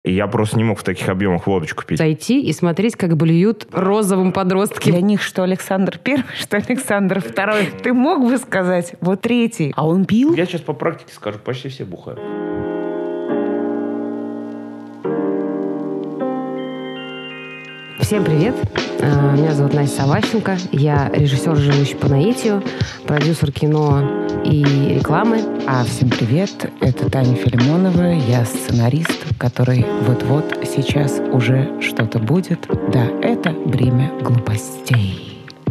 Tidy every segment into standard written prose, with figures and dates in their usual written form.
И я просто не мог в таких объемах водочку пить. Зайти и смотреть, как блюют розовым подростки. Для них что Александр I, что Александр II. Ты мог бы сказать, вот третий. А он пил? Я сейчас по практике скажу, почти все бухают. Всем привет. Меня зовут Настя Саващенко. Я режиссер, живущий по наитию, продюсер кино и рекламы. А всем привет. Это Таня Филимонова. Я сценарист, который вот-вот сейчас уже что-то будет. Да, это «Бремя глупостей».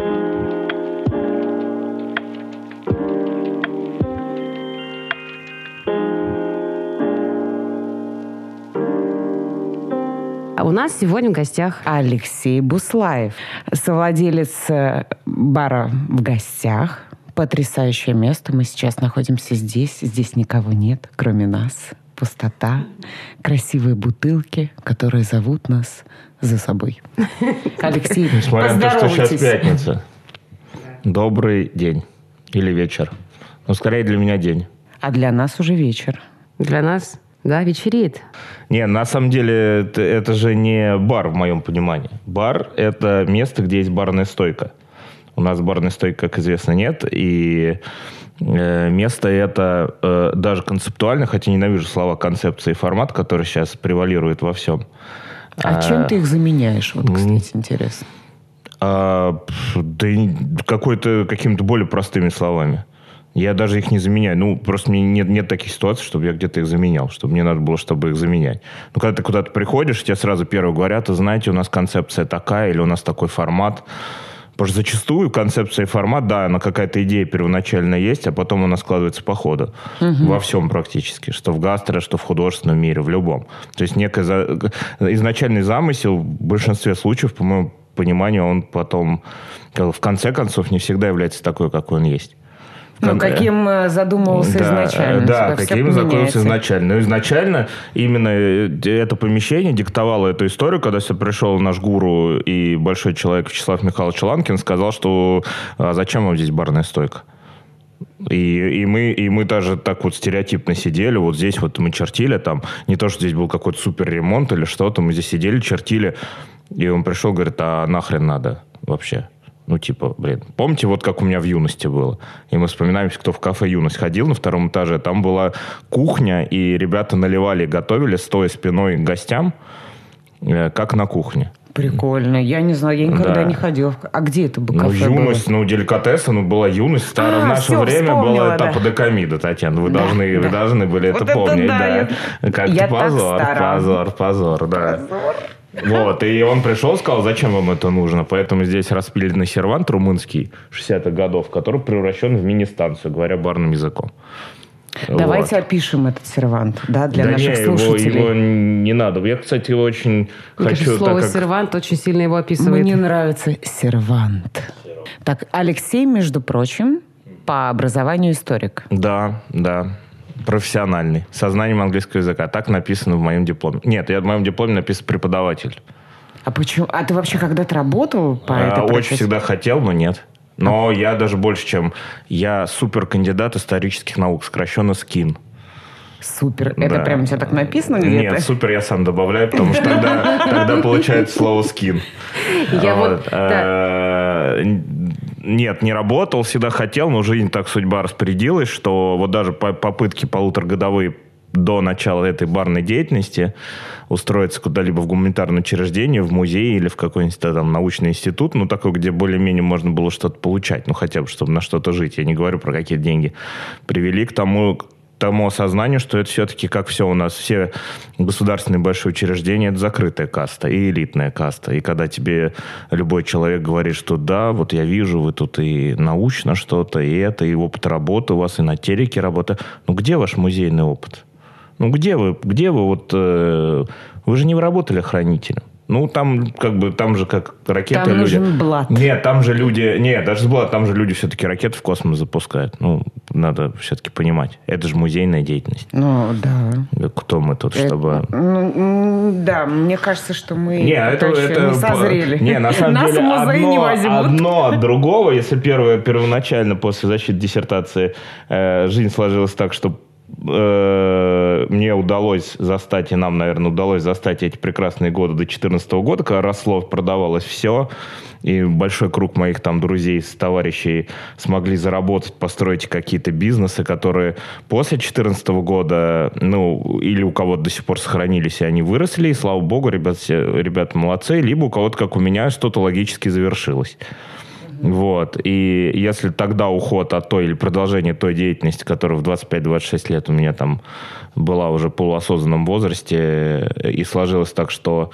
У нас сегодня в гостях Алексей Буслаев, совладелец бара «В гостях». Потрясающее место. Мы сейчас находимся здесь. Здесь никого нет, кроме нас. Пустота, красивые бутылки, которые зовут нас за собой. Алексей, несмотря на то, что сейчас поздоровайтесь. пятница. Добрый день. Или вечер. Но скорее для меня день. А для нас уже вечер. для нас, да, вечереет. Не, на самом деле это же не бар в моем понимании. Бар – это место, где есть барная стойка. У нас барной стойки, как известно, нет. И место это даже концептуально, хотя ненавижу слова концепция и формат, который сейчас превалирует во всем. А чем ты их заменяешь? Вот, кстати, интересно. Да какими-то более простыми словами. Я даже их не заменяю. Ну, просто мне нет таких ситуаций, чтобы я где-то их заменял, чтобы мне надо было, чтобы их заменять. Ну, когда ты куда-то приходишь, тебе сразу первые говорят, знаете, у нас концепция такая, или у нас такой формат. Потому что зачастую концепция и формат, да, она какая-то идея первоначально есть, а потом она складывается по ходу. Во всем практически. Что в гастро, что в художественном мире, в любом. То есть некий изначальный замысел в большинстве случаев, по моему пониманию, он потом, в конце концов, не всегда является такой, какой он есть. Ну, каким задумывался изначально. Да, каким задумывался изначально. Но изначально именно это помещение диктовало эту историю, когда сюда пришел наш гуру и большой человек Вячеслав Михайлович Ланкин, сказал, что зачем вам здесь барная стойка? И мы даже так вот стереотипно сидели, вот здесь вот мы чертили, там не то, что здесь был какой-то супер ремонт или что-то, мы здесь сидели, чертили, и он пришел, говорит, а нахрен надо вообще? Ну, типа, помните, вот как у меня в юности было? И мы вспоминаем, кто в кафе «Юность» ходил на втором этаже, там была кухня, и ребята наливали и готовили, стоя спиной к гостям, как на кухне. Прикольно. Я не знаю, я никогда не ходила. А где это кафе было? «Юность», деликатесы, была «Юность». Старая в наше время была этапа Декамида, Татьяна. Вы должны были это помнить. Да. Как-то позор, да. Вот, и он пришел, сказал, зачем вам это нужно. Поэтому здесь распиленный сервант румынский 60-х годов, который превращен в мини-станцию, говоря барным языком. Давайте опишем этот сервант, да, для наших слушателей. Его не надо. Я, кстати, его очень хочу... Слово «сервант» очень сильно его описывает. Мне нравится сервант. Так, Алексей, между прочим, по образованию историк. Да. Профессиональный. Со знанием английского языка. Так написано в моем дипломе. Нет, в моем дипломе написано преподаватель. А почему? А ты вообще когда-то работал по этой профессии? Очень всегда хотел, но нет. Но я даже больше, чем... Я суперкандидат исторических наук, сокращенно СКИН. Супер. Это прям у тебя так написано где-то? Нет, супер я сам добавляю, потому что тогда получается слово «скин». Нет, не работал, всегда хотел, но жизнь так судьба распорядилась, что вот даже попытки полуторагодовые до начала этой барной деятельности устроиться куда-либо в гуманитарное учреждение, в музей или в какой-нибудь там научный институт, такой, где более-менее можно было что-то получать, хотя бы, чтобы на что-то жить, я не говорю про какие деньги, привели к тому осознанию, что это все-таки, как все у нас, все государственные большие учреждения, это закрытая каста и элитная каста. И когда тебе любой человек говорит, что да, вот я вижу, вы тут и научно что-то, и это, и опыт работы у вас, и на телеке работа. Где ваш музейный опыт? Где вы вот... Вы же не работали хранителем. Там же как ракеты там люди... нужен блат. Нет, там же люди... Нет, даже с блат, там же люди все-таки ракеты в космос запускают. Надо все-таки понимать. Это же музейная деятельность. Да. Кто мы тут, чтобы... Да, мне кажется, что мы это не созрели. На самом Нас деле, в музей не возьмут. одно от другого. Если первоначально после защиты диссертации жизнь сложилась так, что мне удалось застать, и нам, наверное, удалось застать эти прекрасные годы до 2014 года, когда росло, продавалось все, и большой круг моих там друзей, товарищей смогли заработать, построить какие-то бизнесы, которые после 2014 года, или у кого-то до сих пор сохранились, и они выросли, и, слава богу, ребята молодцы, либо у кого-то, как у меня, что-то логически завершилось. Вот. И если тогда уход от той или продолжение той деятельности, которая в 25-26 лет у меня там была уже в полуосознанном возрасте, и сложилось так, что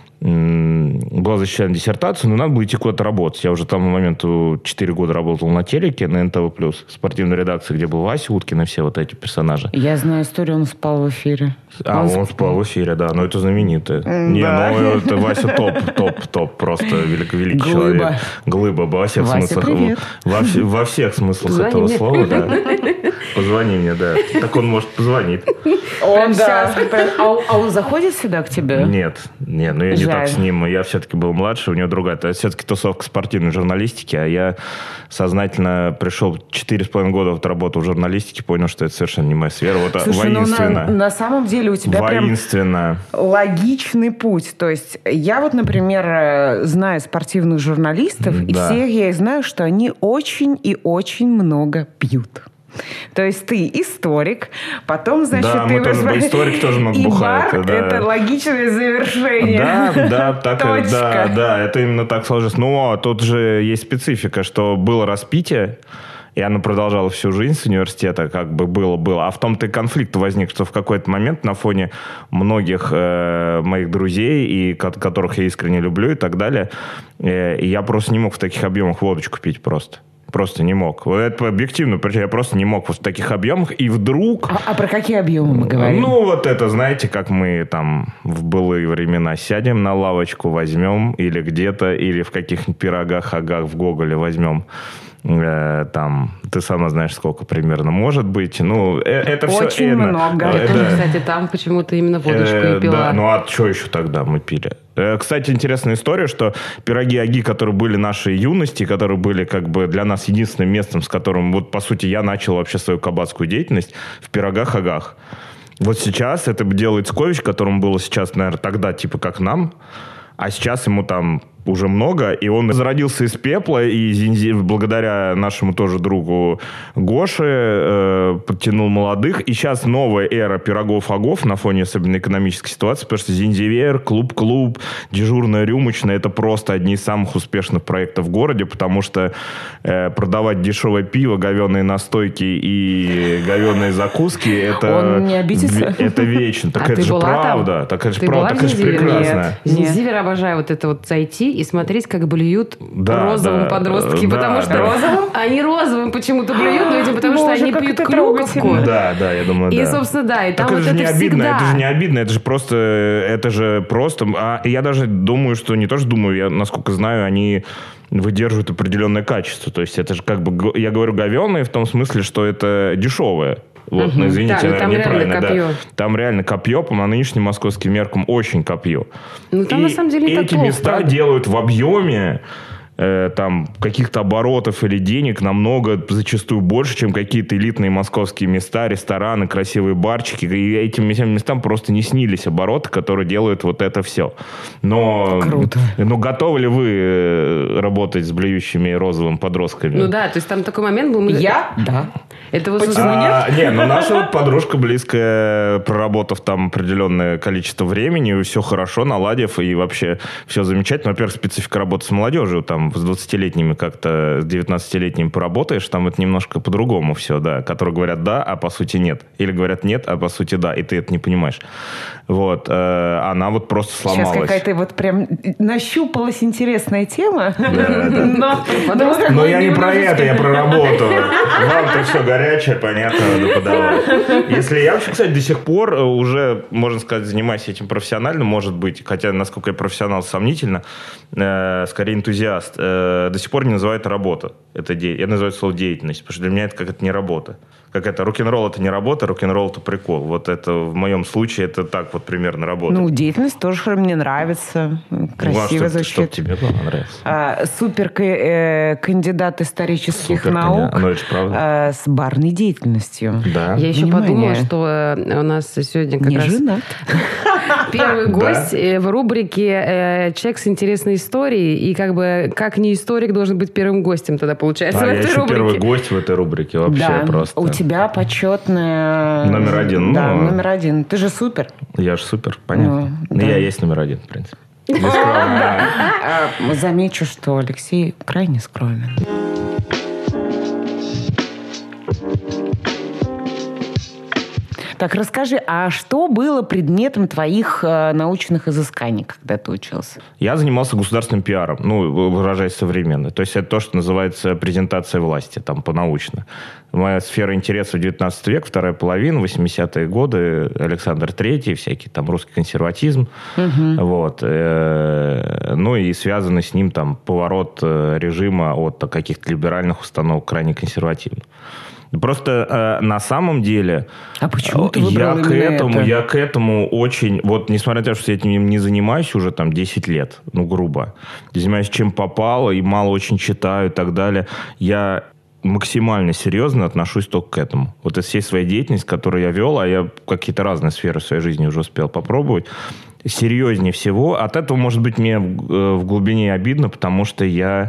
была защищена диссертация, но надо было идти куда-то работать. Я уже там на момент 4 года работал на телеке, на НТВ+, в спортивной редакции, где был Вася Уткин и все вот эти персонажи. Я знаю историю, он спал в эфире. Он спал в эфире, да, но это знаменитое. Это Вася топ, просто великий человек. Глыба, во всех смыслах. Во всех смыслах этого слова, да. Позвони мне, да. Так он, может, позвонит. Он, да. А он заходит сюда к тебе? Нет, я не так с ним. Я все-таки был младше, у него другая. Это все-таки тусовка спортивной журналистики, а я сознательно пришел 4,5 года в работу в журналистике, понял, что это совершенно не моя сфера. Вот. Слушай, воинственно. На самом деле у тебя воинственно. Прям логичный путь. То есть я вот, например, знаю спортивных журналистов, и всех я знаю, что они очень и очень много пьют. То есть ты историк, потом, значит, да, ты историк тоже много бухает. И бар это логичное завершение. Да, это именно так сложилось. Но тут же есть специфика, что было распитие, и оно продолжало всю жизнь с университета, как бы было. А в том-то и конфликт возник, что в какой-то момент на фоне многих моих друзей, и которых я искренне люблю и так далее, я просто не мог в таких объемах водочку пить просто. Просто не мог. Это объективно, я просто не мог в таких объемах. И вдруг... А про какие объемы мы говорим? Вот это, знаете, как мы там в былые времена сядем на лавочку, возьмем или где-то, или в каких-нибудь пирогах-агах в Гоголе возьмем. Там, ты сама знаешь, сколько примерно может быть. Это все... Очень много. Я тоже, кстати, там почему-то именно водочку и пила. Да, а что еще тогда мы пили? Кстати, интересная история, что пироги-аги, которые были нашей юности, которые были как бы для нас единственным местом, с которым, вот по сути, я начал вообще свою кабацкую деятельность в пирогах-агах. Вот сейчас это делает Скович, которому было сейчас, наверное, тогда типа как нам, а сейчас ему там уже много, и он зародился из пепла, и благодаря нашему тоже другу Гоше подтянул молодых, и сейчас новая эра пирогов-агов на фоне особенно экономической ситуации, потому что Зинзивер, клуб, дежурная рюмочная, это просто одни из самых успешных проектов в городе, потому что продавать дешевое пиво, говёные настойки и говёные закуски, это... Он не обидится? Это вечно. Так это же правда. Так это же правда, так это же прекрасно. Зинзивер обожаю вот это вот зайти и смотреть, как блюют розовым подростки, потому что розовым, они розовым почему-то блюют, но видимо, потому что они пьют клюковку. Да, я думаю, да. И, собственно, да, и там вот это это всегда. Это же не обидно, это же просто... А я даже думаю, что не то, что думаю, я, насколько знаю, они выдерживают определенное качество. То есть это же как бы, я говорю, говёное в том смысле, что это дешевое. Вот, извините, да, наверное, неправильно. Копье. Да. Там реально копье, по нынешним московским меркам очень копье. Там на самом деле не эти места делают в объеме там каких-то оборотов или денег намного, зачастую больше, чем какие-то элитные московские места, рестораны, красивые барчики. И этим местам просто не снились обороты, которые делают вот это все. Круто. Но готовы ли вы работать с блюющими розовым подростками? То есть там такой момент был... Да. Это вот наша вот подружка близкая, проработав там определенное количество времени, все хорошо, наладив, и вообще все замечательно. Во-первых, специфика работы с молодежью, там с 20-летними как-то, с 19-летними поработаешь, там это немножко по-другому все, да, которые говорят да, а по сути нет. Или говорят нет, а по сути да, и ты это не понимаешь. Вот. Она вот просто сломалась. Сейчас какая-то вот прям нащупалась интересная тема. Но я не про это, я про работу. Вам-то все горячее, понятно, надо подавать. Если я вообще, кстати, до сих пор уже, можно сказать, занимаюсь этим профессионально, может быть, хотя, насколько я профессионал, сомнительно, скорее энтузиаст, до сих пор не называю это работа. Я называю это слово деятельность, потому что для меня это как это не работа. Как это, рок-н-ролл это не работа, рок-н-ролл это прикол. Вот это в моем случае это так вот примерно работает. Деятельность тоже мне нравится. Красиво звучит. Чтоб тебе понравилось. Супер кандидат исторических наук с барной деятельностью. Да. Я еще подумала, что у нас сегодня как раз первый гость в рубрике «Человек с интересной историей». И как не историк должен быть первым гостем тогда, получается, в этой рубрике. Первый гость в этой рубрике вообще просто. У тебя почетная... Номер один. Да, номер один. Ты же супер. Я же супер, понятно. Я есть номер один, в принципе. Замечу, что Алексей крайне скромен. Так, расскажи, а что было предметом твоих научных изысканий, когда ты учился? Я занимался государственным пиаром, выражаясь современно. То есть это то, что называется презентация власти, там, по-научно. Моя сфера интересов 19 век, вторая половина, 80-е годы, Александр III, всякий там русский консерватизм. Вот. И связанный с ним там поворот режима от каких-то либеральных установок крайне консервативных. Просто на самом деле почему ты выбрал это? Я к этому очень... Вот, несмотря на то, что я этим не занимаюсь уже там 10 лет, грубо, занимаюсь чем попало, и мало очень читаю и так далее, я максимально серьезно отношусь только к этому. Вот из всей своей деятельности, которую я вел, а я какие-то разные сферы в своей жизни уже успел попробовать, серьезнее всего. От этого, может быть, мне в глубине обидно, потому что я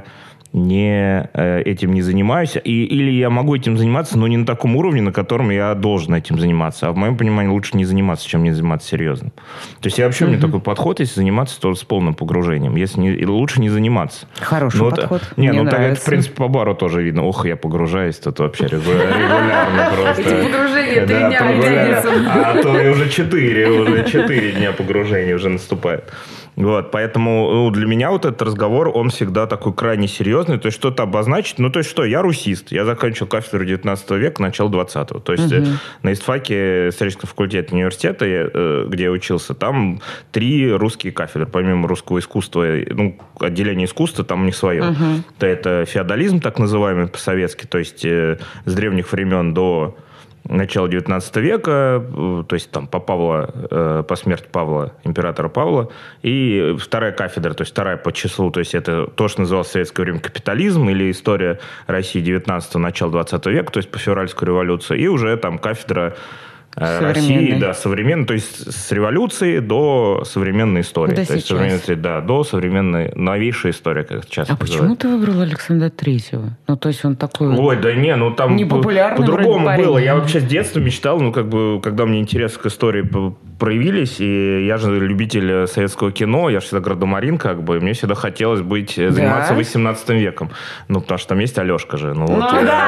этим не занимаюсь. Или я могу этим заниматься, но не на таком уровне, на котором я должен этим заниматься. А в моем понимании лучше не заниматься, чем не заниматься серьезно. То есть вообще у меня такой подход, если заниматься, то с полным погружением. Лучше не заниматься. Хороший подход. Мне нравится. Это, в принципе, по бару тоже видно. Ох, я погружаюсь, тут вообще регулярно просто. Эти погружения 3 дня в день. А то и уже 4 дня погружения уже наступает. Вот, поэтому для меня вот этот разговор, он всегда такой крайне серьезный, то есть что-то обозначить. То есть что, я русист, я заканчивал кафедру 19 века, начало 20-го. То есть на истфаке, историческом факультете университета, где я учился, там 3 русские кафедры, помимо русского искусства, отделение искусства там у них свое. Это феодализм, так называемый по-советски, то есть с древних времен до начала 19 века, то есть там по смерти Павла, императора Павла, и вторая кафедра, то есть вторая по числу, то есть это то, что называлось в советское время капитализм или история России 19-го, начала 20 века, то есть по февральскую революцию, и уже там кафедра России, современной, то есть с революции до современной истории. До до современной, новейшей истории, как сейчас называют. Почему ты выбрал Александра Третьего? То есть он такой... там непопулярный по-другому было. Я вообще с детства мечтал, когда мне интерес к истории проявились, и я же любитель советского кино, я же всегда гардемарин, и мне всегда хотелось заниматься 18 веком. Потому что там есть Алешка же. У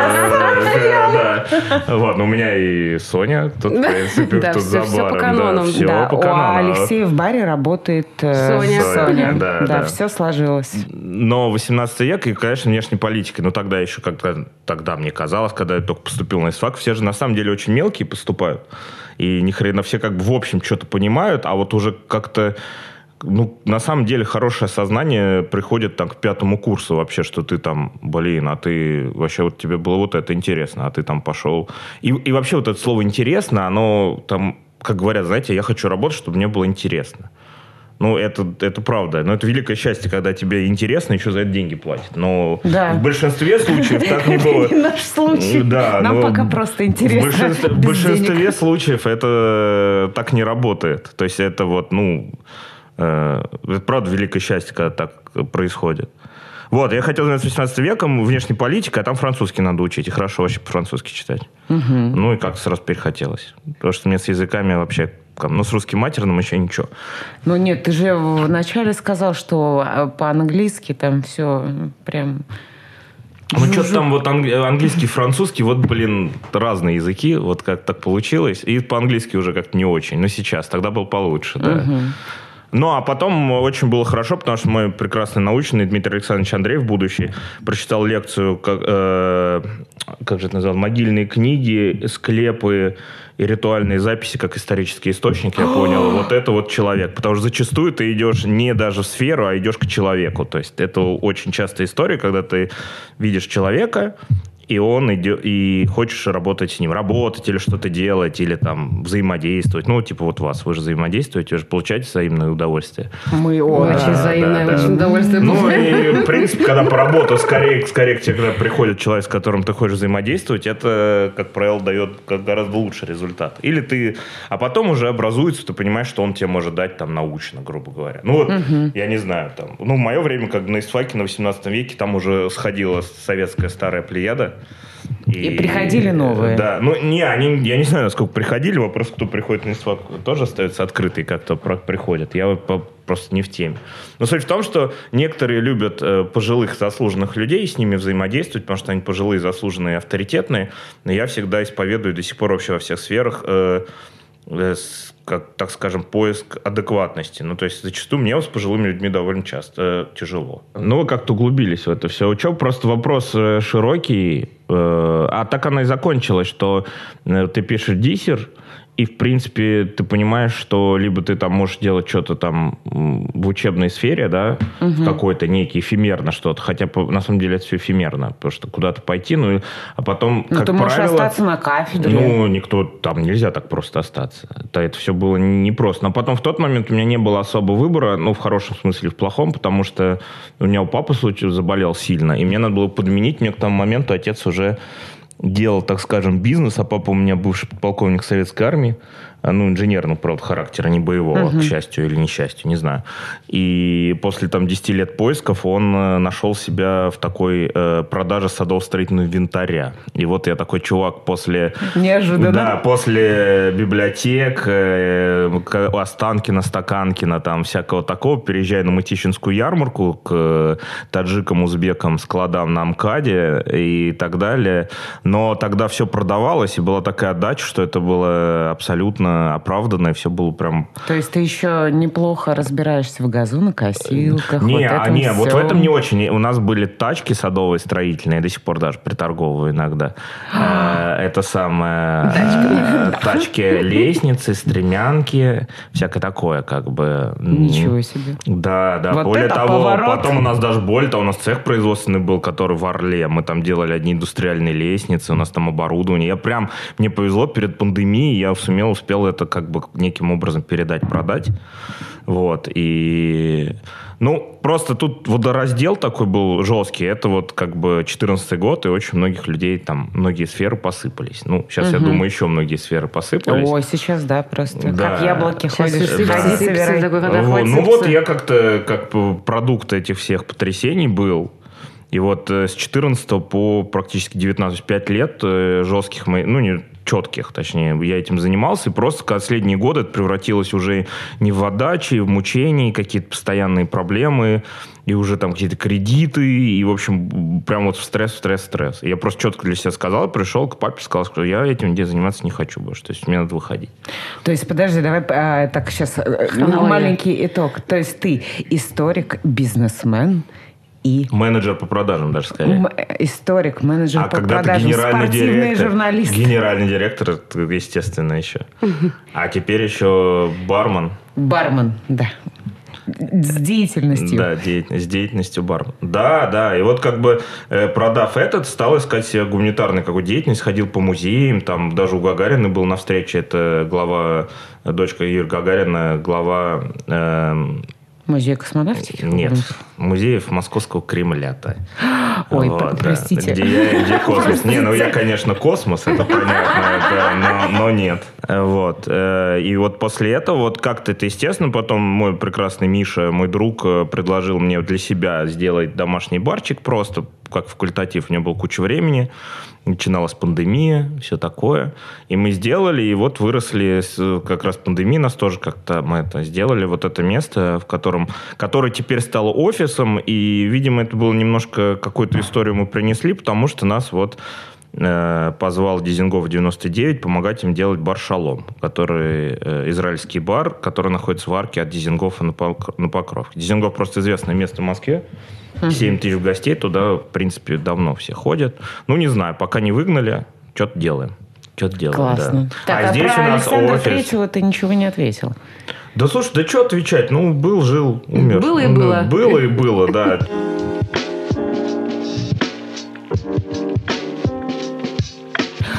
меня и Соня тут, в принципе, тут за баром. Все по канонам. У Алексея в баре работает Соня. Да, все сложилось. Но 18 век, и, конечно, внешней политикой. Тогда еще, тогда мне казалось, когда я только поступил на ИСФАК, все же на самом деле очень мелкие поступают. И ни хрена все в общем что-то понимают, а вот уже как-то на самом деле хорошее сознание приходит к 5-му курсу вообще, что ты там, а ты вообще тебе было вот это интересно, а ты там пошел. И вообще вот это слово «интересно», оно там, как говорят, знаете, я хочу работать, чтобы мне было интересно. Это правда. Но это великое счастье, когда тебе интересно, еще за это деньги платят. Но в большинстве случаев так не было. Наш случай. Нам пока просто интересно. В большинстве случаев это так не работает. То есть это это правда великое счастье, когда так происходит. Я хотел заниматься 18 веком, внешней политикой, а там французский надо учить. И хорошо вообще по-французски читать. И как-то сразу перехотелось. Потому что мне с языками вообще... с русским матерным еще ничего. Нет, ты же вначале сказал, что по-английски там все прям... что-то там английский, французский, разные языки, как так получилось. И по-английски уже как-то не очень. Но сейчас, тогда был получше, да. А потом очень было хорошо, потому что мой прекрасный научный Дмитрий Александрович Андреев, будущий, прочитал лекцию, как же это называлось, «Могильные книги, склепы и ритуальные записи как исторический источник». Я понял, вот это человек. Потому что зачастую ты идешь не даже в сферу, а идешь к человеку. То есть это очень частая история, когда ты видишь человека, и он идет, и хочешь работать с ним, работать или что-то делать, или там взаимодействовать. Ну, типа вот вас, вы же взаимодействуете, вы же получаете взаимное удовольствие. Мы очень взаимное очень удовольствие. Ну, и, в принципе, когда поработал, скорее к тебе, когда приходит человек, с которым ты хочешь взаимодействовать, это, как правило, дает гораздо лучший результат. Или ты... А потом уже образуется, ты понимаешь, что он тебе может дать там научно, грубо говоря. Ну, вот, я не знаю, там... Ну, в мое время, как на ИСТФАКе на 18 веке, там уже сходила советская старая плеяда. И приходили новые. Да, ну, я не знаю, насколько приходили. Вопрос, кто приходит на ИСТФАК, тоже остается открытый, как-то приходят. Я просто не в теме. Но суть в том, что некоторые любят пожилых заслуженных людей, с ними взаимодействовать, потому что они пожилые, заслуженные, авторитетные. Но я всегда исповедую до сих пор вообще во всех сферах как, так скажем, поиск адекватности. Ну, то есть, зачастую мне с пожилыми людьми довольно часто тяжело. Ну, вы как-то углубились в это все. Учеб просто вопрос широкий. А так она и закончилась, что ты пишешь диссер, и, в принципе, ты понимаешь, что либо ты там можешь делать что-то там в учебной сфере, да, какой-то некий, эфемерно что-то, хотя на самом деле это все эфемерно, потому что куда-то пойти, ну, а потом, как ты правило... можешь остаться на кафедре. Ну, там нельзя так просто остаться. Это все было непросто. Но потом в тот момент у меня не было особо выбора, ну, в хорошем смысле, в плохом, потому что у меня у папы заболел сильно, и мне надо было подменить, мне к тому моменту отец уже... делал, так скажем, бизнес, а папа у меня бывший подполковник советской армии, ну, инженерного, правда, характера, не боевого, к счастью или несчастью, не знаю. И после там 10 лет поисков он нашел себя в такой продаже садово-строительного инвентаря. И вот я такой чувак после... Неожиданно. Да, после библиотек, Останкино, Стаканкино, там всякого такого, переезжаю на Мытищинскую ярмарку к таджикам, узбекам, складам на МКАДе и так далее. Но тогда все продавалось, и была такая отдача, что это было абсолютно оправданно, и все было прям... То есть ты еще неплохо разбираешься в газонокосилках? Не, вот в этом не очень. У нас были тачки садовые, строительные, до сих пор даже приторговываю иногда. Это самое... Тачки, лестницы, стремянки, всякое такое, как бы... Ничего себе. Да. Более того, потом у нас даже у нас цех производственный был, который в Орле. Мы там делали одни индустриальные лестницы, у нас там оборудование. Мне повезло, перед пандемией я успел это как бы неким образом передать, продать. Вот. И... Ну, просто тут водораздел такой был жесткий. Это вот как бы 14-й год, и очень многих людей там, многие сферы посыпались. Ну, сейчас, я думаю, еще многие сферы посыпались. Ой, сейчас, да, просто как яблоки ходишь. Ну, вот я как-то, как продукт этих всех потрясений был. И вот с 14 по практически 19, 5 лет жестких, ну, не четких, точнее, я этим занимался, и просто последние годы это превратилось уже не в отдачи, в мучения, какие-то постоянные проблемы, и уже там какие-то кредиты, и, в общем, прям вот в стресс. И я просто четко для себя сказал, пришел к папе, сказал, что я этим заниматься не хочу больше, то есть мне надо выходить. То есть, подожди, давай так сейчас маленький итог. То есть ты историк, бизнесмен, и... Менеджер по продажам, даже скорее. Историк, менеджер по продажам, спортивный журналист. Генеральный директор, естественно, еще. А теперь еще бармен. Бармен, да. С деятельностью. Да, с деятельностью бармен. Да. И вот как бы продав этот, стал искать себе гуманитарную какую-то деятельность, ходил по музеям, там даже у Гагарина был на встрече, это дочка Юрия Гагарина, глава... Музей космонавтики? Нет, музеев Московского Кремля-то. Ой, простите. Где космос. Я, конечно, космос, это понятно, да, но нет. Вот. И вот после этого, вот как-то это, естественно, потом мой прекрасный Миша, мой друг, предложил мне для себя сделать домашний барчик просто, как факультатив. У него было куча времени. Начиналась пандемия, все такое. И мы сделали, и вот выросли как раз пандемия нас тоже как-то мы это сделали. Вот это место, которое теперь стало офисом. И, видимо, это было немножко какую-то историю мы принесли, потому что нас вот позвал Дизингов 99 помогать им делать бар «Шалом», который израильский бар, который находится в арке от Дизингофа на Покровке. Дизингоф просто известное место в Москве. 7 тысяч гостей, туда, в принципе, давно все ходят. Ну, не знаю, пока не выгнали, что-то делаем. Классно. Да. Так, здесь про у нас Александра офис. Третьего ты ничего не ответил. Да слушай, да что отвечать? Ну, был, жил, умер. Было и было. Было и было, да.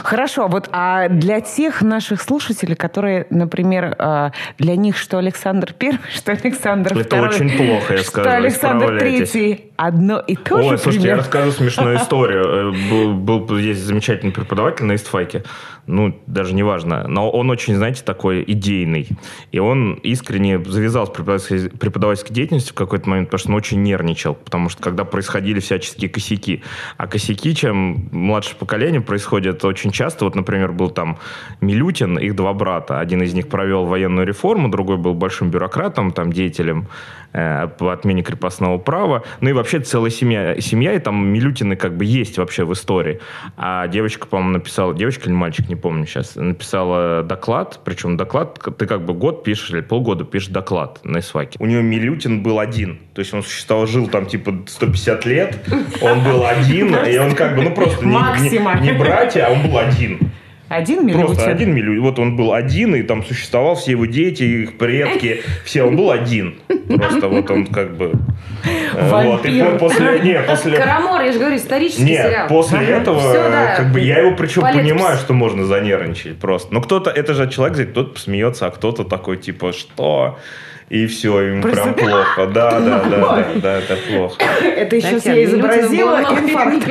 Хорошо, вот а для тех наших слушателей, которые, например, для них что Александр I, что Александр II... Это очень плохо, я скажу. Что Александр III одно и то же. Ой, слушайте, я расскажу смешную историю. Есть замечательный преподаватель на истфаке, даже не важно, но он очень, знаете, такой идейный. И он искренне завязал с преподавательской деятельностью в какой-то момент, потому что он очень нервничал, потому что когда происходили всяческие косяки. А косяки, чем младшее поколение, происходят очень часто. Вот, например, был там Милютин, их два брата. Один из них провел военную реформу, другой был большим бюрократом, там, деятелем по отмене крепостного права. И вообще целая семья, и там Милютины как бы есть вообще в истории. А девочка, по-моему, написала, девочка или мальчик, не помню сейчас, написала доклад, причем доклад, ты как бы год пишешь или полгода пишешь доклад на исфаке. У нее Милютин был один, то есть он существовал, жил там типа 150 лет, он был один, и он как бы, просто не братья, а он был один. Один Милютин? Просто один Милютин. Вот он был один, и там существовал, все его дети, их предки, все, он был один. Просто вот он как бы... Вот, и после... Карамор, я же говорю, исторический сериал. Нет, после этого, как бы, я его причем понимаю, что можно занервничать просто. Но кто-то, это же человек, кто-то посмеется, а кто-то такой, типа, что... И все, ему прям плохо. Да, это плохо. Это еще я изобразила инфаркт.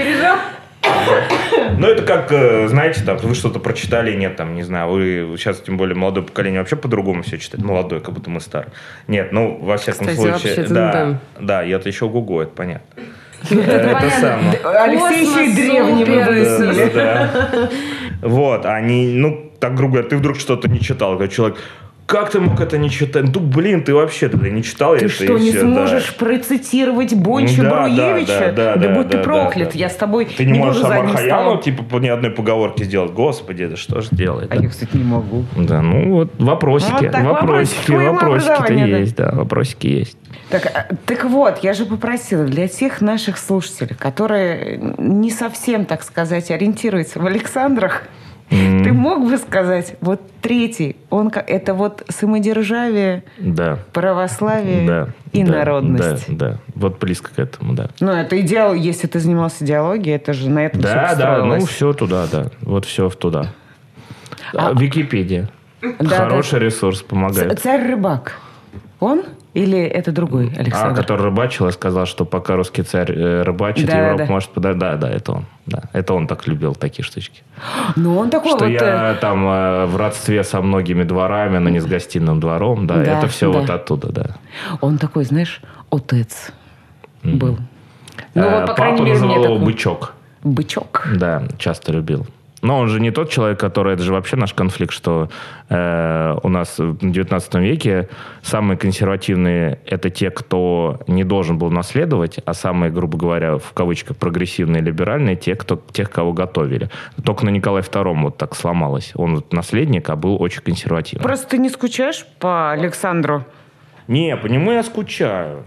Это как, знаете, там, вы что-то прочитали, нет, там, не знаю, вы сейчас, тем более, молодое поколение вообще по-другому все читает. Молодое, как будто мы старые. Нет, во всяком случае, да, я-то еще ого-го, это понятно. Это самое. Алексей еще и древний, мы выяснили. Вот, они, так грубо говоря, ты вдруг что-то не читал, как человек... Как ты мог это не читать? Ты вообще тогда не читал ты это. Ты что, не сможешь процитировать Бонча Бруевича? Да будь ты проклят, я с тобой ты не можешь Амар Хайяму, по ни одной поговорке сделать. Господи, это что же делает? А я, кстати, не могу. Да, вопросики. Вопросики-то есть, да, вопросики есть. Так вот, я же попросила для тех наших слушателей, которые не совсем, так сказать, ориентируются в Александрах, ты мог бы сказать, вот третий, это вот самодержавие, православие и народность. Да, вот близко к этому, да. Это идеал, если ты занимался идеологией, это же на этом все строилось. Да, все туда, да. Вот все туда. Википедия. Хороший ресурс, помогает. Царь-рыбак. Он? Или это другой Александр? Который рыбачил и сказал, что пока русский царь рыбачит, Европа может подать. Да, это он. Да, это он так любил такие штучки. Он такой что я там в родстве со многими дворами, но не с гостиным двором. Да, это все вот оттуда, да. Он такой, знаешь, отец был. Папа называл его Бычок. Бычок? Да, часто любил. Но он же не тот человек, который... Это же вообще наш конфликт, что у нас в 19 веке самые консервативные – это те, кто не должен был наследовать, а самые, грубо говоря, в кавычках, прогрессивные, либеральные – тех, кого готовили. Только на Николае II вот так сломалось. Он наследник, а был очень консервативный. Просто ты не скучаешь по Александру? Не, по нему я скучаю.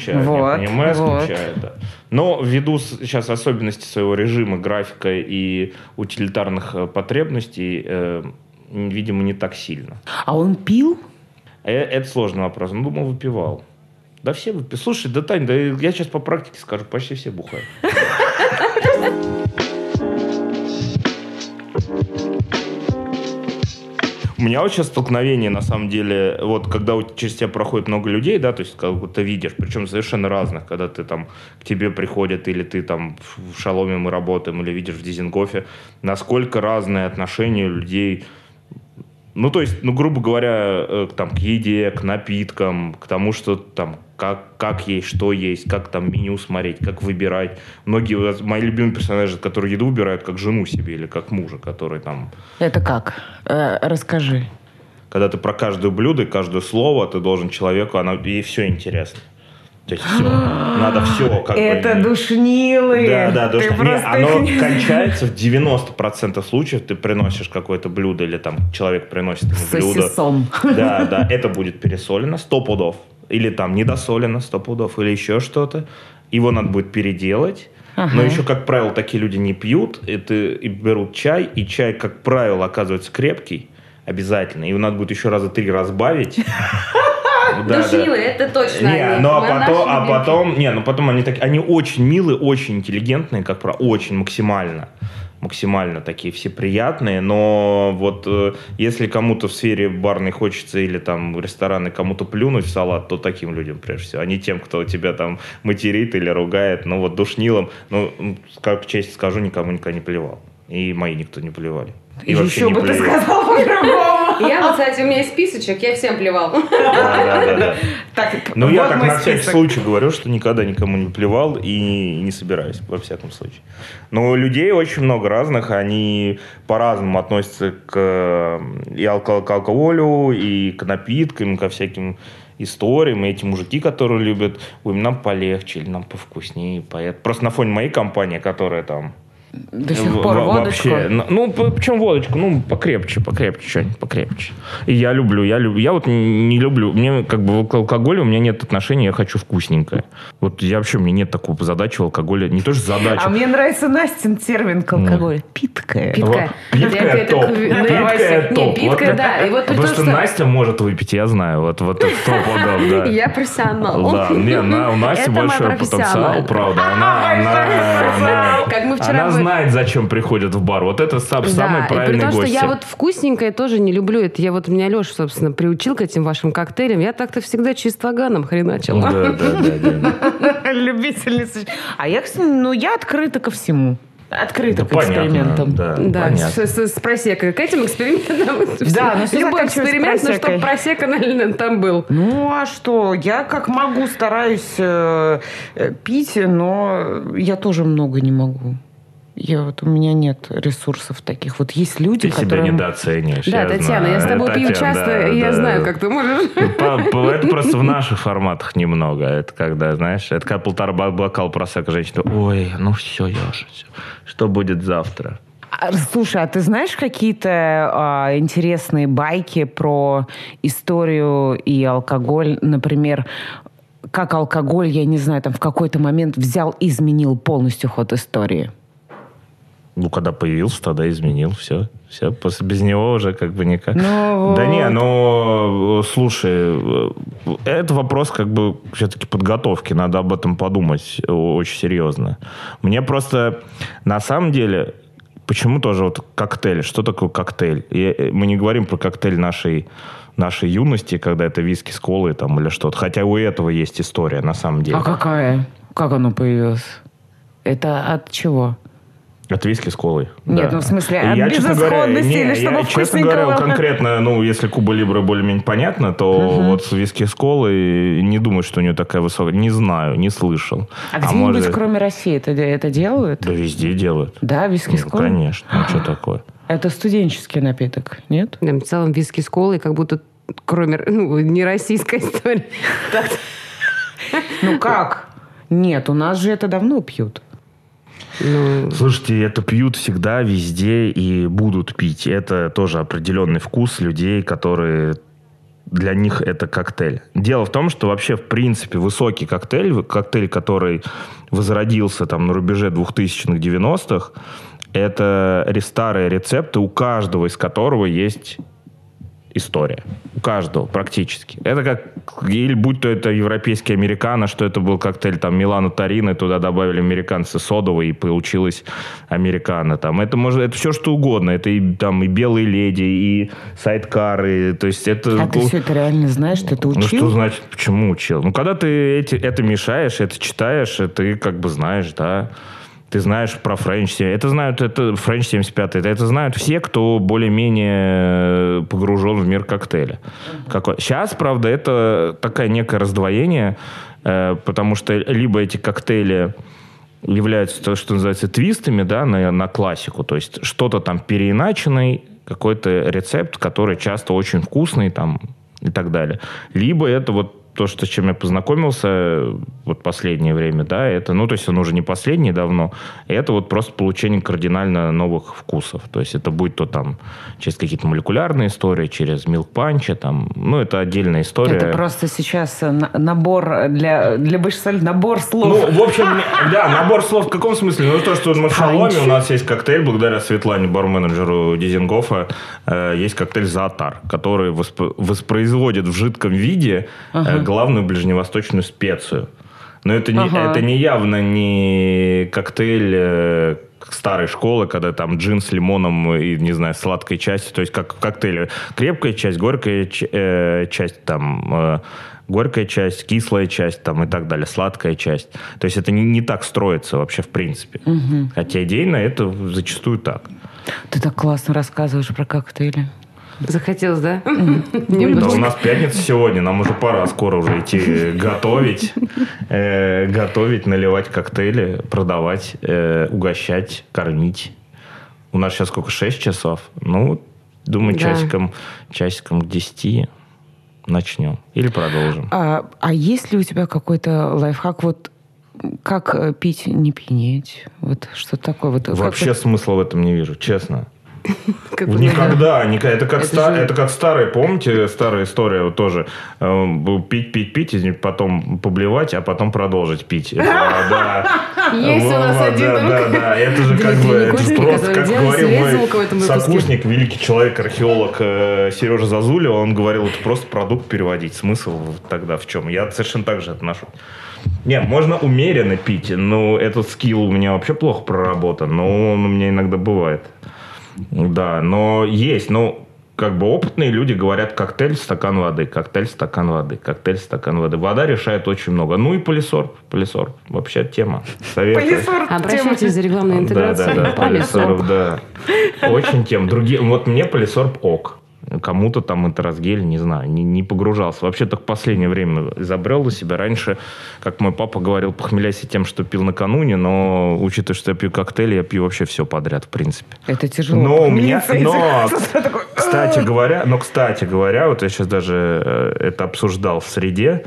Да. Но ввиду сейчас особенностей своего режима, графика и утилитарных потребностей, видимо, не так сильно. А он пил? Это сложный вопрос. Думал, выпивал. Да все выпивают. Слушай, Тань, я сейчас по практике скажу, почти все бухают. У меня вот сейчас столкновение, на самом деле, вот когда через тебя проходит много людей, да, то есть как ты видишь, причем совершенно разных, когда ты там, к тебе приходят, или ты там в Шаломе мы работаем, или видишь в Дизингофе, насколько разные отношения у людей, то есть, грубо говоря, там, к еде, к напиткам, к тому, что там, как есть, что есть, как там меню смотреть, как выбирать. Многие мои любимые персонажи, которые еду выбирают как жену себе или как мужа, который там... Это как? Расскажи. Когда ты про каждое блюдо и каждое слово, ты должен человеку, ей все интересно. То есть все. Надо все. Это душнилые. Да, душнилые. Оно кончается в 90% случаев. Ты приносишь какое-то блюдо, или там человек приносит блюдо. С сосисом. Да, это будет пересолено 100 пудов. Или там недосолено 100 пудов, или еще что-то. Его надо будет переделать. Ага. Но еще, как правило, такие люди не пьют. И берут чай. И чай, как правило, оказывается крепкий. Обязательно. Его надо будет еще раза 3 разбавить. Душнилые, это точно. Потом они очень милые, очень интеллигентные, как правило, очень максимально. максимально такие все приятные, но вот если кому-то в сфере барной хочется или там рестораны кому-то плюнуть в салат, то таким людям прежде всего, а не тем, кто тебя там материт или ругает. Ну вот душнилом, ну, как честь скажу, никому никогда не плевал. И мои никто не плевали. И еще бы ты сказал по-другому. Я вот, кстати, у меня есть списочек, я всем плевал. Да. Ну, я так на всякий случай говорю, что никогда никому не плевал и не собираюсь, во всяком случае. Но людей очень много разных, они по-разному относятся и к алкоголю, и к напиткам, ко всяким историям. И эти мужики, которые любят, ой, нам полегче или нам повкуснее. Просто на фоне моей компании, которая там... До сих пор водочку? Вообще, ну, почему водочку? Ну, покрепче что-нибудь, покрепче. И я люблю. Я вот не люблю. Мне как бы к алкоголю у меня нет отношения, я хочу вкусненькое. Вот я вообще, у меня нет такой задачи в алкоголе. Не то, что задача. А мне нравится Настин термин к алкоголю. Питкая. Питкая топ. Питкая топ. Питкая, да. Потому что Настя может выпить, я знаю. Вот это топ, да. Я профессионал. Да, у Насти большой потенциал, правда. Как мы вчера знает, зачем приходят в бар. Вот это самый правильный гость. Потому что я вот вкусненькое тоже не люблю. Это я вот меня Леша, собственно, приучил к этим вашим коктейлям. Я так-то всегда чистоганом хреначила. Да. Любительница. А я, кстати, я открыта ко всему. Открыто к экспериментам. Да, с просекой. К этим экспериментам. Да, но любой эксперимент, но чтобы просека там был. Ну, а что? Я как могу стараюсь пить, но я тоже много не могу. У меня нет ресурсов таких. Вот есть люди, которые... Ты себя недооцениваешь. Да, Татьяна, я с тобой пью часто, и я знаю, как ты можешь. Это просто в наших форматах немного. Это когда, знаешь, это когда 1,5 бокала просека женщина. Ой, ну все, Леша, все. Что будет завтра? Слушай, а ты знаешь какие-то интересные байки про историю и алкоголь? Например, как алкоголь, я не знаю, там в какой-то момент взял и изменил полностью ход истории? Ну, когда появился, тогда изменил все. Без него уже как бы никак. Слушай, это вопрос как бы все-таки подготовки. Надо об этом подумать очень серьезно. Мне просто, на самом деле, почему тоже вот коктейль? Что такое коктейль? Мы не говорим про коктейль нашей юности, когда это виски с колой там, или что-то. Хотя у этого есть история, на самом деле. А какая? Как оно появилось? Это от чего? От виски с колой. Нет, в смысле, от безысходности или чтобы вкусненько. Честно говоря, конкретно, если Куба Либра более-менее понятно, то вот с виски с колой не думаю, что у нее такая высокая. Не знаю, не слышал. А где-нибудь, кроме России, это делают? Да везде делают. Да, виски с колой? Конечно. Ну, что такое? Это студенческий напиток, нет? Да, в целом виски с колой, как будто, кроме, не российская история. Ну как? Нет, у нас же это давно пьют. Слушайте, это пьют всегда, везде и будут пить. Это тоже определенный вкус людей, которые... Для них это коктейль. Дело в том, что вообще, в принципе, высокий коктейль, который возродился там на рубеже 2000-х, 90-х, это старые рецепты, у каждого из которого есть история. У каждого практически. Это как, или будь то это европейский американо, что это был коктейль там Милано Торино, туда добавили американцы содовый, и получилось американо. Там. Это все что угодно. Это и белые леди, и сайдкары. То есть это... А ты все это реально знаешь, что ты учил? Ну, что значит, почему учил? Ну, когда ты это мешаешь, это читаешь, ты как бы знаешь, да. Ты знаешь про Френч. Это знают, это Френч 75. Это знают все, кто более-менее погружен в мир коктейля. Сейчас, правда, это такое некое раздвоение, потому что либо эти коктейли являются то, что называется твистами, да, на классику. То есть что-то там переиначенный, какой-то рецепт, который часто очень вкусный там, и так далее. Либо это вот то, с чем я познакомился вот последнее время, да, это, то есть оно уже не последнее давно, это вот просто получение кардинально новых вкусов. То есть это будет то там через какие-то молекулярные истории, через милк-панчи, там, это отдельная история. Это просто сейчас набор для большинства, набор слов. В общем, да, набор слов в каком смысле? То, что в Шаломе у нас есть коктейль, благодаря Светлане, барменеджеру Дизингофа, есть коктейль «Заатар», который воспроизводит в жидком виде главную ближневосточную специю. Но это явно не коктейль старой школы, когда там джин с лимоном и, не знаю, сладкой частью, то есть как в коктейле. Крепкая часть, горькая часть, там, горькая часть, кислая часть там, и так далее, сладкая часть. То есть это не так строится вообще в принципе. Угу. Хотя идейно это зачастую так. Ты так классно рассказываешь про коктейли. Захотелось, да? Да, у нас пятница сегодня, нам уже пора скоро уже идти готовить, наливать коктейли, продавать, угощать, кормить. У нас сейчас сколько, 6 часов? Ну, думаю, часиком к 10 начнем. Или продолжим. А есть ли у тебя какой-то лайфхак, вот как пить, не пьянеть? Вот что такое? Вот, вообще смысла в этом не вижу, честно. Никогда. Это как старые, помните, старая история вот тоже. Пить, потом поблевать, а потом продолжить пить. Есть у нас один друг. Да. Это же как бы просто, как говорил мой сокурсник, великий человек, археолог Сережа Зазулев, он говорил, это просто продукт переводить. Смысл тогда в чем? Я совершенно так же отношусь. Нет, можно умеренно пить, но этот скилл у меня вообще плохо проработан, но он у меня иногда бывает. Да, но есть, как бы опытные люди говорят, коктейль, стакан воды, коктейль, стакан воды, коктейль, стакан воды. Вода решает очень много. Ну и полисорб, вообще тема. Обращайтесь за рекламной интеграцией. Да, полисорб, да. Очень тема. Вот мне полисорб ок. Кому-то там это разгель, не знаю, не погружался. Вообще только в последнее время изобрел для себя. Раньше, как мой папа говорил, похмеляйся тем, что пил накануне, но учитывая, что я пью коктейли, я пью вообще все подряд, в принципе. Это тяжело. Кстати говоря, вот я сейчас даже это обсуждал в среде,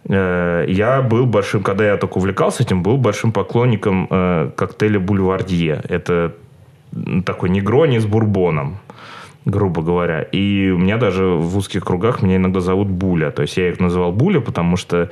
я был большим, когда я только увлекался этим, был большим поклонником коктейля Бульвардье. Это такой негрони с бурбоном, грубо говоря. И у меня даже в узких кругах меня иногда зовут Буля. То есть я их называл Буля, потому что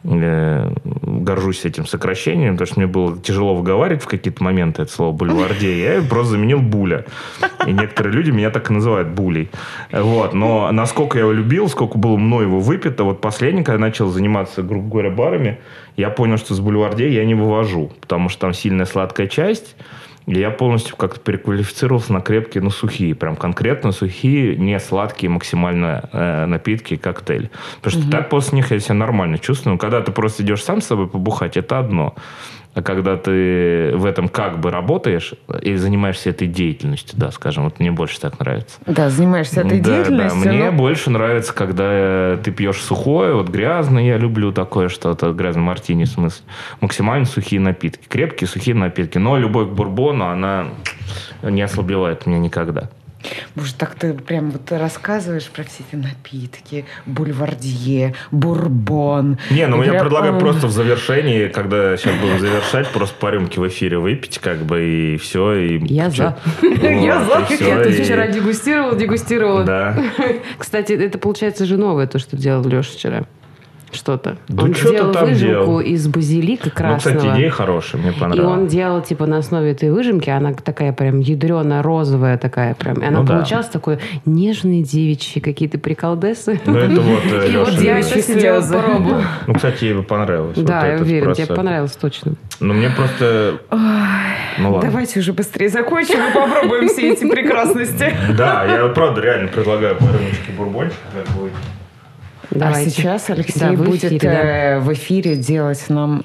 горжусь этим сокращением, потому что мне было тяжело выговаривать в какие-то моменты это слово бульвардье. Я просто заменил Буля. И некоторые люди меня так и называют Булей. Вот. Но насколько я его любил, сколько было мной его выпито, вот последний, когда я начал заниматься, грубо говоря, барами, я понял, что с бульвардье я не вывожу, потому что там сильная сладкая часть. И я полностью как-то переквалифицировался на крепкие, сухие. Прям конкретно сухие, не сладкие максимально напитки, коктейли. Потому что так после них я себя нормально чувствую. Но когда ты просто идешь сам с собой побухать, это одно. А когда ты в этом как бы работаешь и занимаешься этой деятельностью, да, скажем, вот мне больше так нравится. Да, занимаешься этой деятельностью. Да, мне больше нравится, когда ты пьешь сухое, вот грязное, я люблю такое что-то, грязный мартини, в смысле. Максимально сухие напитки, крепкие сухие напитки. Но любовь к бурбону, она не ослабевает меня никогда. Боже, так ты прям вот рассказываешь про все эти напитки, бульвардье, бурбон. Не, ну я предлагаю просто в завершении, когда сейчас будем завершать, просто по рюмке в эфире выпить, как бы, и все. Я за. Я за. Я тут вчера дегустировала. Да. Кстати, это получается же новое, то, что делал Леша вчера. Что-то. Да он что-то делал там выжимку из базилика красного. Ну, кстати, идея хорошая, мне понравилась. И он делал, на основе этой выжимки, она такая прям ядрено-розовая такая прям. И она получалась такой нежные девичьи какие-то приколдесы. Ну, это вот И вот я еще сидела, попробовала. Ну, кстати, ей бы понравилось. Да, я уверена, тебе понравилось точно. Ну, мне просто... Ну, ладно. Давайте уже быстрее закончим и попробуем все эти прекрасности. Да, я правда реально предлагаю по рюмочке бурбончика, как будет. Давайте. А сейчас Алексей будет в эфире делать нам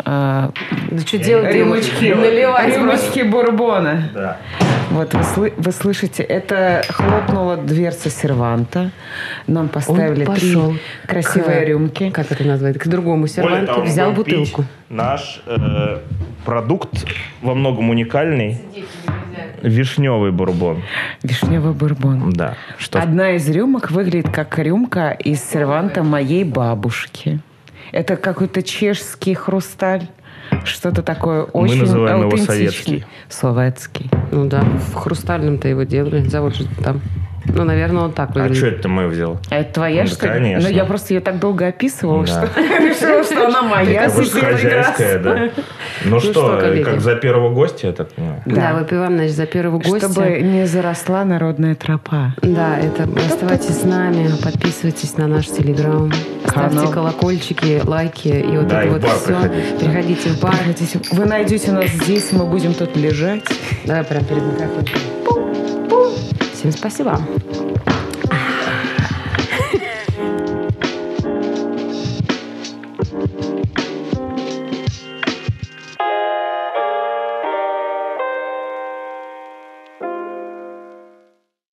рюмочки бурбона. Да. Вот вы слышите, это хлопнула дверца серванта. Нам поставили 3 красивые рюмки. Как это назвать? К другому серванту взял бутылку. Наш продукт во многом уникальный. Вишневый бурбон. Вишневый бурбон. Да. Одна из рюмок выглядит как рюмка из серванта моей бабушки. Это какой-то чешский хрусталь. Что-то такое очень аутентичное. Мы называем его советский. Советский. Ну да, в хрустальном-то его делали. Завод же там. Ну, наверное, вот так выглядит. А что это мы взял? А это твоя, что ли? Конечно. Ну, я просто ее так долго описывала, что решила, что она моя. Это хозяйская, да. Ну что, как за первого гостя, я так понимаю? Да, выпиваем, значит, за первого гостя. Чтобы не заросла народная тропа. Да, это оставайтесь с нами, подписывайтесь на наш Телеграм, ставьте колокольчики, лайки и вот это вот все. Приходите в бар. Вы найдете нас здесь, мы будем тут лежать. Давай прям перед микрофоном. Всем спасибо.